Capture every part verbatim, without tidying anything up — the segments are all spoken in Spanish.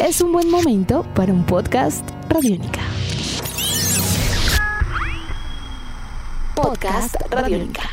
es un buen momento para un podcast Radiónica. Podcast Radiónica.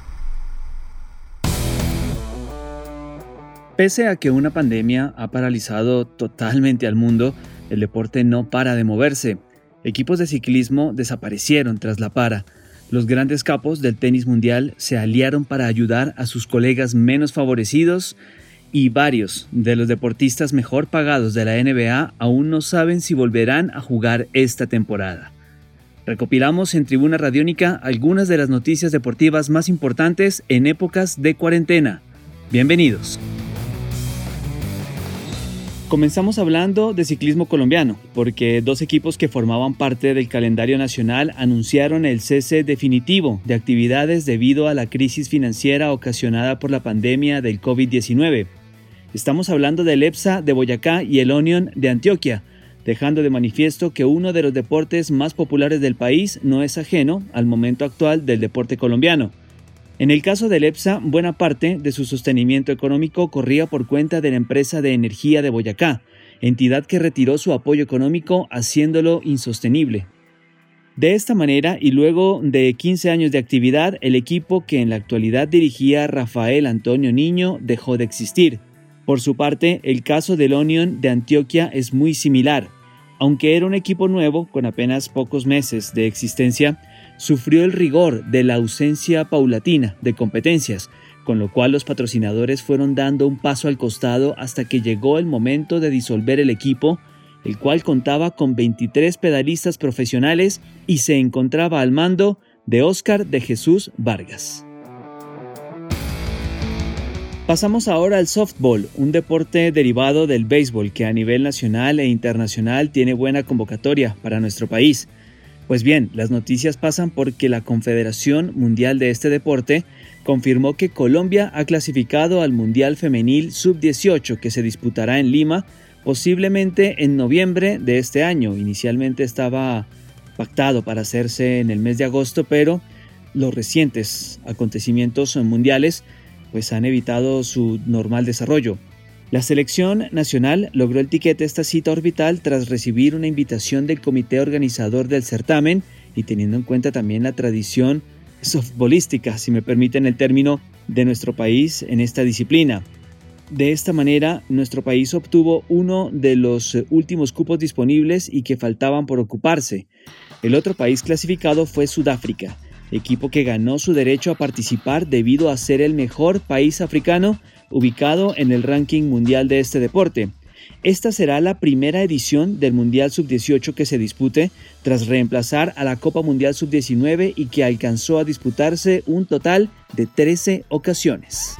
Pese a que una pandemia ha paralizado totalmente al mundo, el deporte no para de moverse. Equipos de ciclismo desaparecieron tras la para. Los grandes capos del tenis mundial se aliaron para ayudar a sus colegas menos favorecidos y varios de los deportistas mejor pagados de la N B A aún no saben si volverán a jugar esta temporada. Recopilamos en Tribuna Radiónica algunas de las noticias deportivas más importantes en épocas de cuarentena. Bienvenidos. Comenzamos hablando de ciclismo colombiano, porque dos equipos que formaban parte del calendario nacional anunciaron el cese definitivo de actividades debido a la crisis financiera ocasionada por la pandemia del covid diecinueve. Estamos hablando del EPSA de Boyacá y el Unión de Antioquia, dejando de manifiesto que uno de los deportes más populares del país no es ajeno al momento actual del deporte colombiano. En el caso del EPSA, buena parte de su sostenimiento económico corría por cuenta de la empresa de energía de Boyacá, entidad que retiró su apoyo económico haciéndolo insostenible. De esta manera, y luego de quince años de actividad, el equipo que en la actualidad dirigía Rafael Antonio Niño dejó de existir. Por su parte, el caso del Unión de Antioquia es muy similar. Aunque era un equipo nuevo, con apenas pocos meses de existencia, sufrió el rigor de la ausencia paulatina de competencias, con lo cual los patrocinadores fueron dando un paso al costado hasta que llegó el momento de disolver el equipo, el cual contaba con veintitrés pedalistas profesionales y se encontraba al mando de Óscar de Jesús Vargas. Pasamos ahora al softball, un deporte derivado del béisbol que a nivel nacional e internacional tiene buena convocatoria para nuestro país. Pues bien, las noticias pasan porque la Confederación Mundial de este deporte confirmó que Colombia ha clasificado al Mundial Femenil sub dieciocho que se disputará en Lima, posiblemente en noviembre de este año. Inicialmente estaba pactado para hacerse en el mes de agosto, pero los recientes acontecimientos mundiales pues han evitado su normal desarrollo. La selección nacional logró el tiquete a esta cita orbital tras recibir una invitación del comité organizador del certamen y teniendo en cuenta también la tradición softbolística, si me permiten el término, de nuestro país en esta disciplina. De esta manera, nuestro país obtuvo uno de los últimos cupos disponibles y que faltaban por ocuparse. El otro país clasificado fue Sudáfrica, equipo que ganó su derecho a participar debido a ser el mejor país africano ubicado en el ranking mundial de este deporte. Esta será la primera edición del Mundial sub dieciocho que se dispute tras reemplazar a la Copa Mundial sub diecinueve y que alcanzó a disputarse un total de trece ocasiones.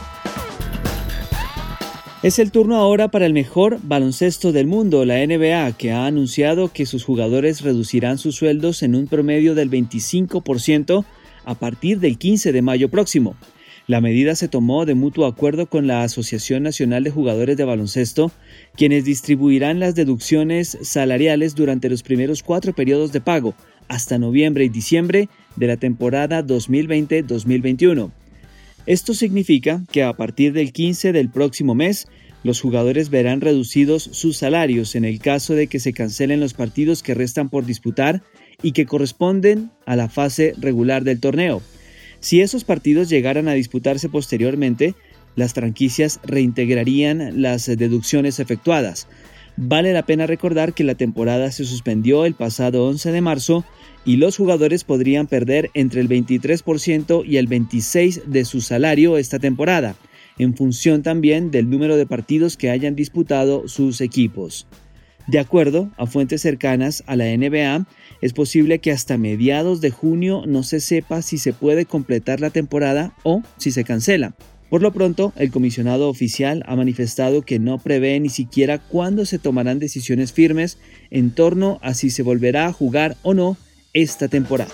Es el turno ahora para el mejor baloncesto del mundo, la N B A, que ha anunciado que sus jugadores reducirán sus sueldos en un promedio del veinticinco por ciento a partir del quince de mayo próximo. La medida se tomó de mutuo acuerdo con la Asociación Nacional de Jugadores de Baloncesto, quienes distribuirán las deducciones salariales durante los primeros cuatro periodos de pago, hasta noviembre y diciembre de la temporada dos mil veinte dos mil veintiuno. Esto significa que a partir del quince del próximo mes, los jugadores verán reducidos sus salarios en el caso de que se cancelen los partidos que restan por disputar y que corresponden a la fase regular del torneo. Si esos partidos llegaran a disputarse posteriormente, las franquicias reintegrarían las deducciones efectuadas. Vale la pena recordar que la temporada se suspendió el pasado once de marzo y los jugadores podrían perder entre el veintitrés por ciento y el veintiséis por ciento de su salario esta temporada, en función también del número de partidos que hayan disputado sus equipos. De acuerdo a fuentes cercanas a la N B A, es posible que hasta mediados de junio no se sepa si se puede completar la temporada o si se cancela. Por lo pronto, el comisionado oficial ha manifestado que no prevé ni siquiera cuándo se tomarán decisiones firmes en torno a si se volverá a jugar o no esta temporada.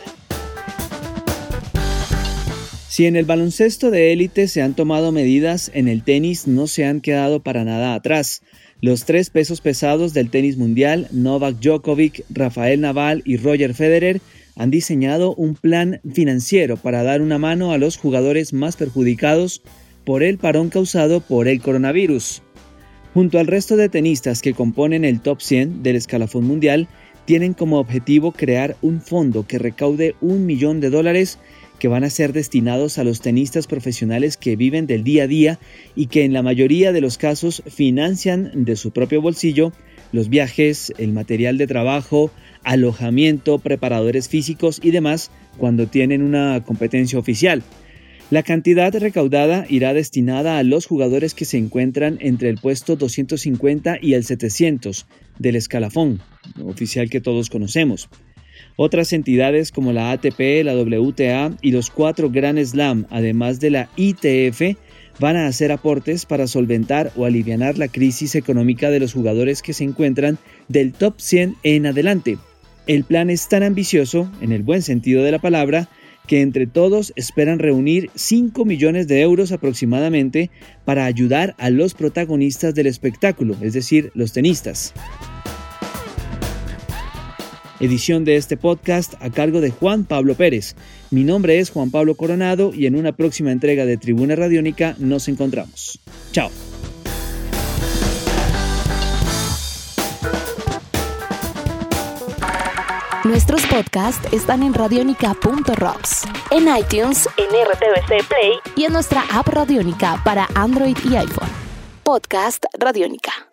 Si en el baloncesto de élite se han tomado medidas, en el tenis no se han quedado para nada atrás. Los tres pesos pesados del tenis mundial, Novak Djokovic, Rafael Nadal y Roger Federer, han diseñado un plan financiero para dar una mano a los jugadores más perjudicados por el parón causado por el coronavirus. Junto al resto de tenistas que componen el top cien del escalafón mundial, tienen como objetivo crear un fondo que recaude un millón de dólares que van a ser destinados a los tenistas profesionales que viven del día a día y que en la mayoría de los casos financian de su propio bolsillo los viajes, el material de trabajo, alojamiento, preparadores físicos y demás cuando tienen una competencia oficial. La cantidad recaudada irá destinada a los jugadores que se encuentran entre el puesto doscientos cincuenta y el setecientos del escalafón oficial que todos conocemos. Otras entidades como la A T P, la W T A y los cuatro Grand Slam, además de la I T F, van a hacer aportes para solventar o alivianar la crisis económica de los jugadores que se encuentran del top cien en adelante. El plan es tan ambicioso, en el buen sentido de la palabra, que entre todos esperan reunir cinco millones de euros aproximadamente para ayudar a los protagonistas del espectáculo, es decir, los tenistas. Edición de este podcast a cargo de Juan Pablo Pérez. Mi nombre es Juan Pablo Coronado y en una próxima entrega de Tribuna Radiónica nos encontramos. Chao. Nuestros podcasts están en radionica punto rocks, en iTunes, en R T V C Play y en nuestra app Radiónica para Android y iPhone. Podcast Radiónica.